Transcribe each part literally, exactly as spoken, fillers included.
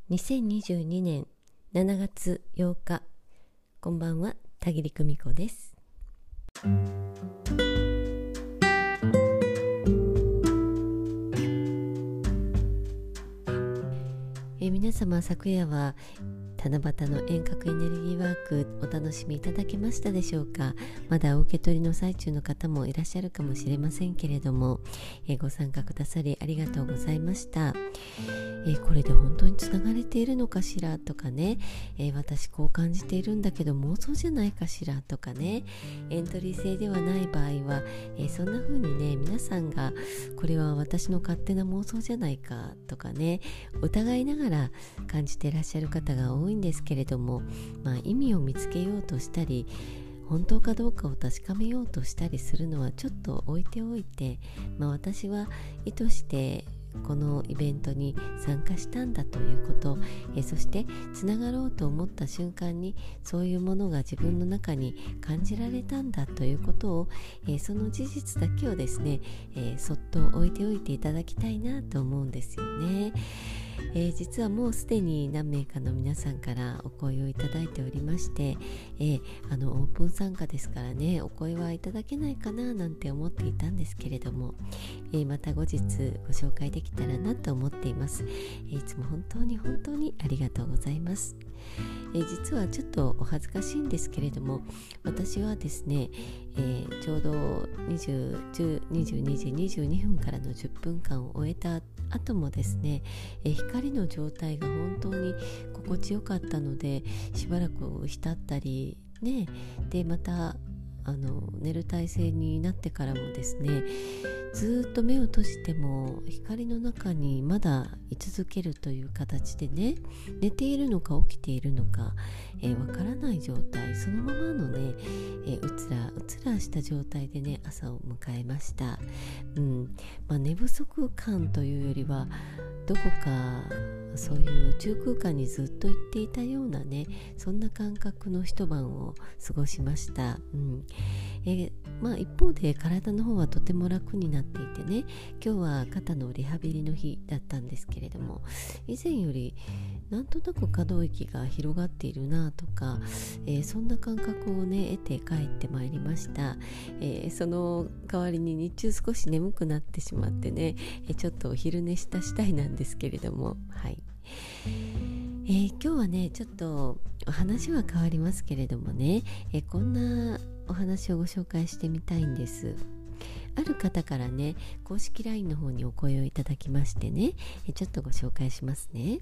にせんにじゅうにねんしちがつようか、こんばんは、田切久美子です。え皆様、昨夜は七夕の遠隔エネルギーワークお楽しみいただけましたでしょうか。まだお受け取りの最中の方もいらっしゃるかもしれませんけれども、えご参加くださりありがとうございました。えこれで本当につながれているのかしらとかね、え私こう感じているんだけど妄想じゃないかしらとかね、エントリー制ではない場合は、えそんな風にね、皆さんがこれは私の勝手な妄想じゃないかとかね、疑いながら感じていらっしゃる方が多いんですけれども、まあ、意味を見つけようとしたり本当かどうかを確かめようとしたりするのはちょっと置いておいて、まあ、私は意図してこのイベントに参加したんだということ、えそしてつながろうと思った瞬間にそういうものが自分の中に感じられたんだということを、えその事実だけをですね、えそっと置いておいていただきたいなと思うんですよね。えー、実はもうすでに何名かの皆さんからお声をいただいておりまして、えー、あのオープン参加ですからね、お声はいただけないかななんて思っていたんですけれども、えー、また後日ご紹介できたらなと思っています。えー、いつも本当に本当にありがとうございます。えー、実はちょっとお恥ずかしいんですけれども、私はですね、えー、ちょうどにじゅう、にじゅうにじにじゅうにふんからのじゅっぷんかんを終えた後もですね、えー、光の状態が本当に心地よかったので、しばらく浸ったりね、でまたあの寝る体勢になってからもですね、ずっと目を閉じても光の中にまだ居続けるという形でね、寝ているのか起きているのかわ、えー、からない状態、そのままのね、えー、うつらうつらした状態でね、朝を迎えました。うんまあ、寝不足感というよりはどこかそういう宇宙空間にずっと行っていたようなね、そんな感覚の一晩を過ごしました。うんえーまあ、一方で体の方はとても楽になっていてね、今日は肩のリハビリの日だったんですけれども、以前よりなんとなく可動域が広がっているなとか、えー、そんな感覚をね得て帰ってまいりました。えー、その代わりに日中少し眠くなってしまってね、えー、ちょっとお昼寝した次第なんですけれども、はいえー、今日はねちょっと話は変わりますけれどもね、えー、こんなお話をご紹介してみたいんです。ある方からね、公式 ライン の方にお声をいただきましてね、えー、ちょっとご紹介しますね。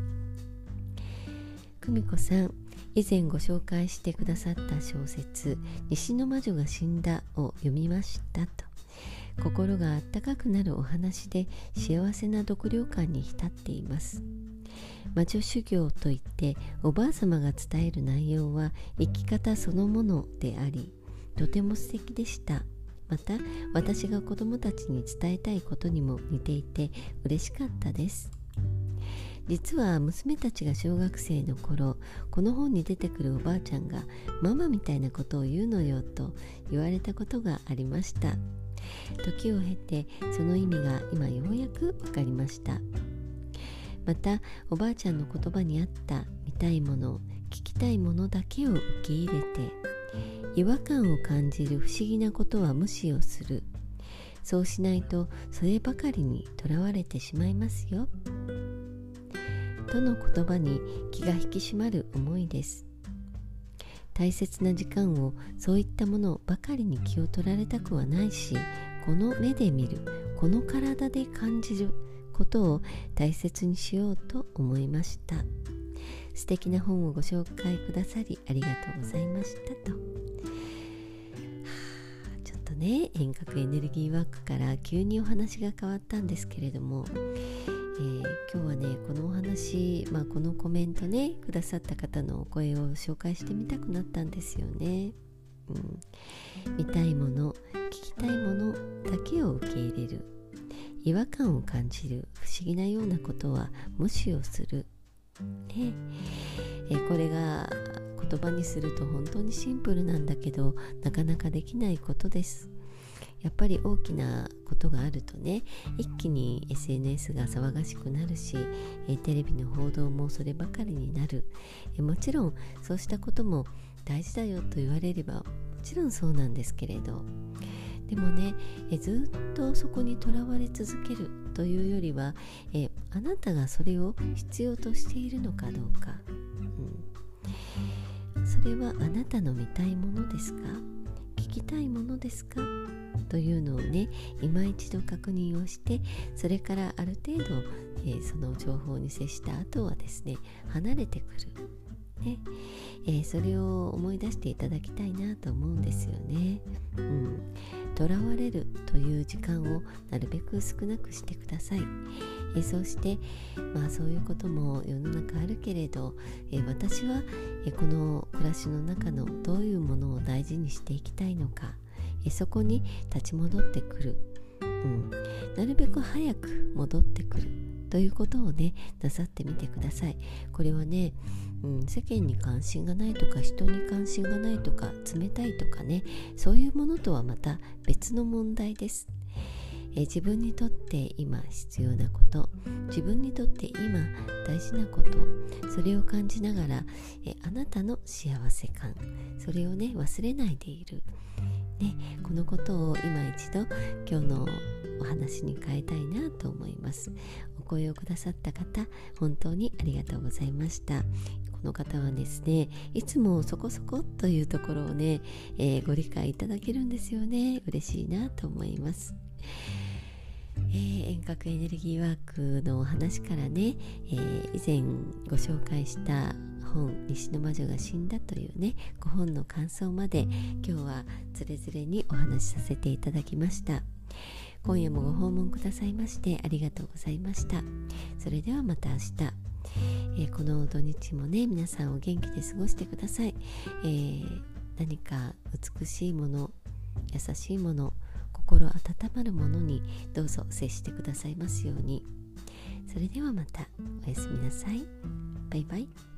久美子さん、以前ご紹介してくださった小説西の魔女が死んだを読みましたと。心があったかくなるお話で幸せな読了感に浸っています。魔女修行といっておばあ様が伝える内容は生き方そのものであり、とても素敵でした。また私が子供たちに伝えたいことにも似ていて嬉しかったです。実は娘たちが小学生の頃、この本に出てくるおばあちゃんがママみたいなことを言うのよと言われたことがありました。時を経てその意味が今ようやくわかりました。またおばあちゃんの言葉にあった見たいもの、聞きたいものだけを受け入れて、違和感を感じる不思議なことは無視をする。そうしないとそればかりにとらわれてしまいますよとの言葉に気が引き締まる思いです。大切な時間をそういったものばかりに気を取られたくはないし、この目で見る、この体で感じることを大切にしようと思いました。素敵な本をご紹介くださりありがとうございましたと。はあ、ちょっとね、遠隔エネルギーワークから急にお話が変わったんですけれども、えー、今日はねこのお話、まあ、このコメントねくださった方のお声を紹介してみたくなったんですよね。うん、見たいもの、聞きたいものだけを受け入れる。違和感を感じる不思議なようなことは無視をする、ねえー、これが言葉にすると本当にシンプルなんだけど、なかなかできないことです。 やっぱり大きなことがあるとね、一気に エスエヌエス が騒がしくなるし、えテレビの報道もそればかりになる。えもちろんそうしたことも大事だよと言われればもちろんそうなんですけれど、でもね、えずっとそこにとらわれ続けるというよりは、えあなたがそれを必要としているのかどうか、うん、それはあなたの見たいものですか、聞きたいものですかというのをね、今一度確認をして、それからある程度、えー、その情報に接した後はですね、離れてくる、ねえー、それを思い出していただきたいなと思うんですよね。うん、とらわれるという時間をなるべく少なくしてください。えー、そうして、まあ、そういうことも世の中あるけれど、えー、私は、えー、この暮らしの中のどういうものを大事にしていきたいのか、えー、そこに立ち戻ってくる、うん、なるべく早く戻ってくるということをね、なさってみてください。これはね、うん、世間に関心がないとか、人に関心がないとか、冷たいとかね、そういうものとはまた別の問題です。え自分にとって今必要なこと、自分にとって今大事なこと、それを感じながら、えあなたの幸せ感、それをね忘れないでいる、ね、このことを今一度今日のお話に変えたいなと思います。お声をくださった方、本当にありがとうございました。この方はですね、いつもそこそこというところをね、えー、ご理解いただけるんですよね。嬉しいなと思います。えー、遠隔エネルギーワークのお話からね、えー、以前ご紹介した本、西の魔女が死んだというね、ご本の感想まで今日はつれづれにお話しさせていただきました。今夜もご訪問くださいましてありがとうございました。それではまた明日、えー、この土日もね、皆さんお元気で過ごしてください。えー、何か美しいもの、優しいもの、心温まるものにどうぞ接してくださいますように。それではまたおやすみなさい。バイバイ。